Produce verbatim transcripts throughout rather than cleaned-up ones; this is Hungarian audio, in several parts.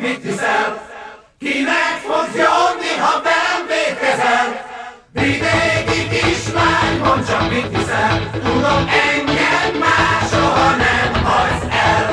mit hiszel? Kinek fogsz jönni, ha velem vétkezel? Vidéki kislány, mondd csak, mit hiszel? Tudom, engem már soha nem hagysz el.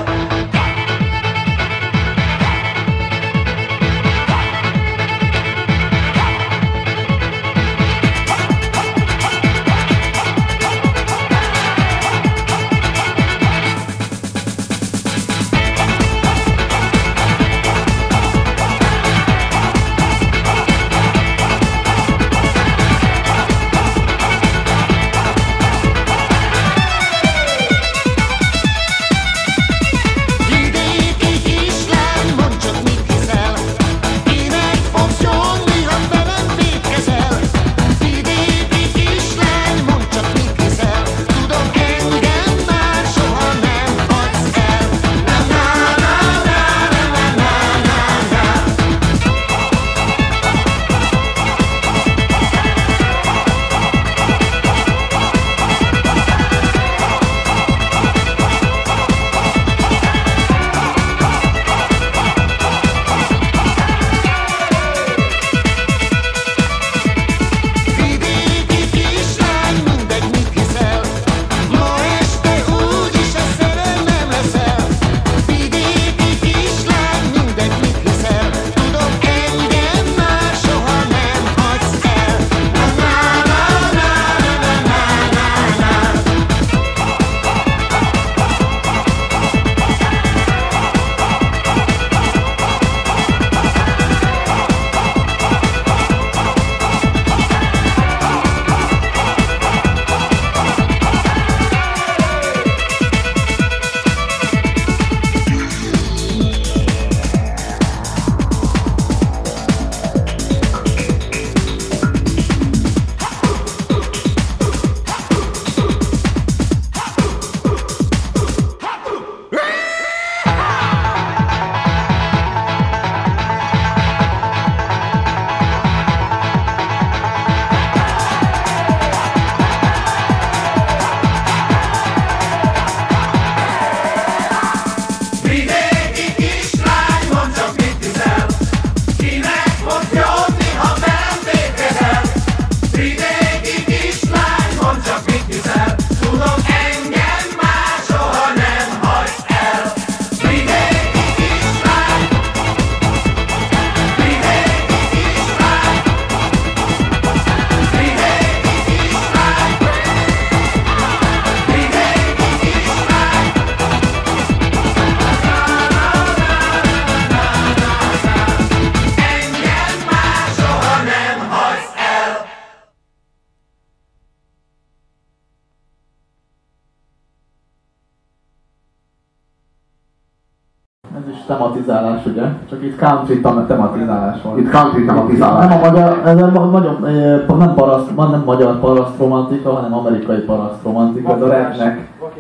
Tematizálás, ugye? Csak itt country tematizálás van. Itt country tematizálás. Nem a magyar, ez a magyar, nem, paraszt, nem magyar parasztromantika, hanem amerikai parasztromantika. Ez a rapnek.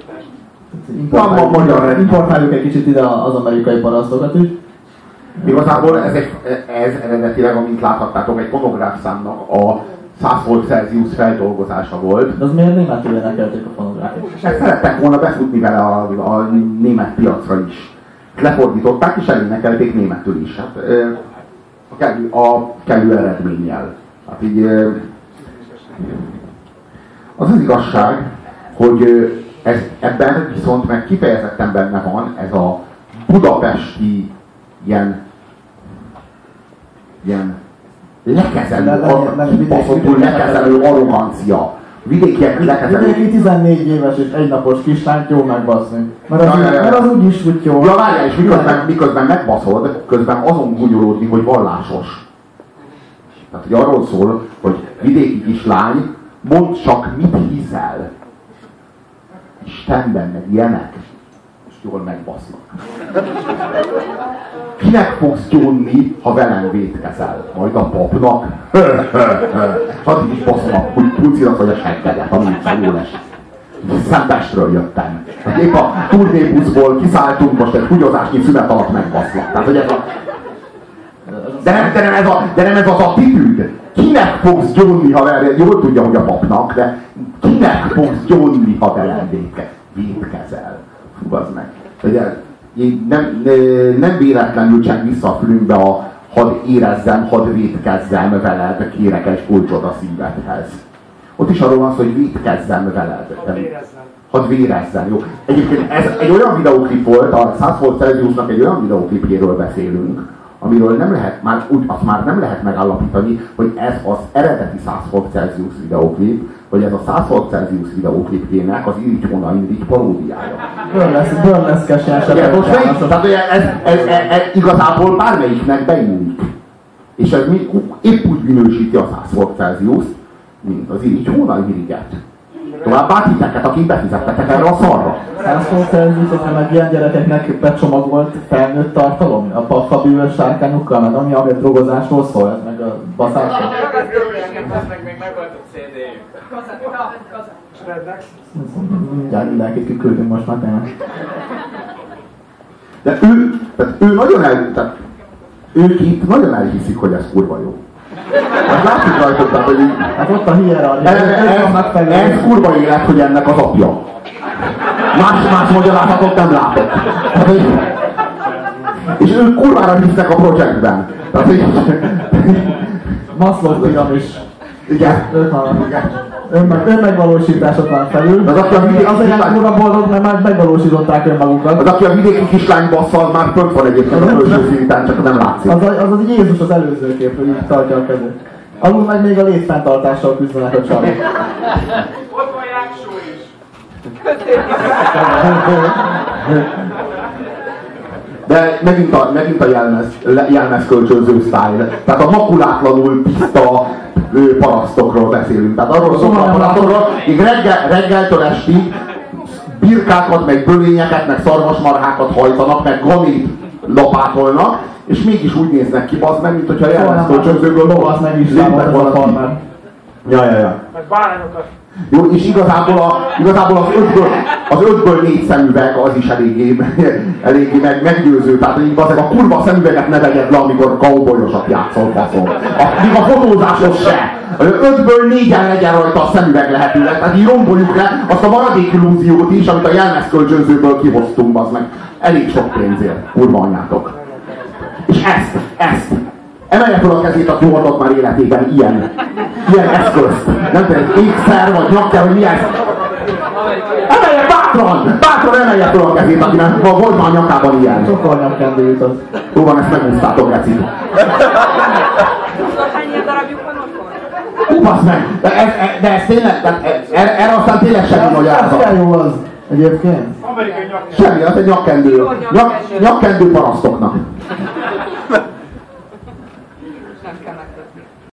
Importáljuk, importáljuk egy kicsit ide az amerikai parasztokat is. Igazából ez, egy, ez eredetileg, amint láthattátok, egy fonográf számnak a száz fok Celsius feldolgozása volt. De az miért németül énekelték a fonográfot? És ezt szerettek volna befutni vele a, a német piacra is. Lefordították és elénekelték németül is. Hát, a, kellő, a kellő eredménnyel. Hát így, az az igazság, hogy ez, ebben viszont meg kifejezetten benne van ez a budapesti ilyen, ilyen lekezelő, kibaszottul lekezelő arrogancia. Vidékiek lekezelő. Vidéki tizennégy éves és egynapos kislányt jó megbaszni. Mert az, ja, ja, ja. mert az úgy is úgy jó. Ja, várjál, és miközben, miközben megbaszod, közben azon gúnyolódni, hogy vallásos. Tehát, hogy arról szól, hogy vidéki kislány, mondd csak, mit hiszel. Istenben, meg ilyenek. És jól megbasznak. Kinek fogsz gyónni, ha velem vétkezel? Majd a papnak? Addig is basznak, hogy pucinak vagy a seggedet, amint szól esik. Szentestről jöttem. Épp a turnébuszból kiszálltunk, most egy húgyozásnyi szünet alatt megbaszlak. Tehát, hogy ez a... De nem, de, nem ez a, de nem ez az attitűd. Kinek fogsz gyónni, ha velem... Jól tudja, hogy a papnak, de kinek fogsz gyónni, ha velem vétkezel? Fú, az meg. Ugye, nem, nem véletlenül cseng vissza a fülünkbe a hadd érezzem, hadd vétkezzem veled, kérek egy kulcsot a szívedhez. Ott is arról van szó, hogy vétkezzem veled. Hadd vérezzen. Hadd vérezzen, jó. Egyébként ez egy olyan videóklip volt, a száz volt Celsiusnak egy olyan videóklipjéről beszélünk, amiről nem lehet, már, úgy, azt már nem lehet megállapítani, hogy ez az eredeti száz fok Celsius videóklip, vagy ez a száz fok Celsius videóklipjének az Irigy Hóna Irigy paródiája. Burleszkes ilyen Igen, most melyik, tehát ez, ez, ez, ez igazából bármelyiknek beillik. És ez mi, épp úgy minősíti a száz fok Celsius, mint az Irigy Hóna Irigyet. Továbbá titeket, akik befizettetek erre a szarra. száz fok Celsius, hogy meg ilyen gyerekeknek becsomagolt felnőtt tartalom, a paffabűvös sárkányokkal, meg ami a drogozásról szól, ez meg a baszásról. Még meg volt a cé dé-jük. Shreddex. Mindjárt mindenkit kiküldünk most már tényleg. De ő, tehát ő nagyon el, tehát ők itt nagyon elhiszik, hogy ez kurva jó. Hát látjuk rajtuk, tehát, hogy így, Hát ott a hierarchia, ez, ez, ez kurva élet, hogy ennek az apja. Más, más magyarázatot nem látok. Tehát, hogy, és ők kurvára hisznek a projektben. Tehát, hogy, Maslow piramis. igen. Ők vannak. Önmeg, önmegvalósításot van felül. Az, aki a vidéki azért kislány- kurva boldog, mert már megvalósították önmagukat. Az, aki a vidéki kislány bassza, az már fönt van egyébként a felső szinten, csak nem látszik. Az, az, az Jézus az előző kép, hogy így tartja a kezét. Alul meg még a létfenntartással küzdenek a csalók. Ott van Jáksó is. De megint a, megint a jelmez, jelmez kölcsönző style. Tehát a makulátlanul tiszta ő, parasztokról beszélünk. Tehát arról szól a parasztokról, hogy reggel, reggeltől estig birkákat, meg bölényeket, meg szarvasmarhákat hajtanak, meg gamét lapátolnak, és mégis úgy néznek ki, bazd meg, mint hogyha a jelmez kölcsönzőből lovasz meg is lábad a farmer. Ja, ja, ja. Meg bárányokat. Jó, és igazából, a, igazából az, ötből, az ötből négy szemüveg az is eléggé, eléggé meg, meggyőző. Tehát így azért a kurva szemüveget ne vegyed le, amikor cowboyosat játszol, faszol. A, még a fotózáshoz se. Az ötből négyen legyen rajta a szemüveg lehetőleg. Tehát így romboljuk le azt a maradék illúziót is, amit a jelmezkölcsönzőből kihoztunk, az meg elég sok pénzért, kurva anyátok. És ezt, ezt. Emelje fel a kezét, aki hordott már életében ilyen, ilyen eszközt. Nem tudom, egy ékszer, vagy nyakkel, vagy mi ez? Emelje bátran! Bátran emelje fel a kezét, akinek volt már a nyakában ilyen. Csokornyakkendő jutott. Jó van, ezt megúsztátok, Geci. Hány ilyen darabjuk van otthon? Hú, basz meg! De ez, de ez tényleg, de erre, erre aztán tényleg semmi nagy Ez ázat. milyen jó az egyébként? Amerikai nyakkendő. Semmi, az egy nyakkendő. Nyak, nyakkendő parasztoknak.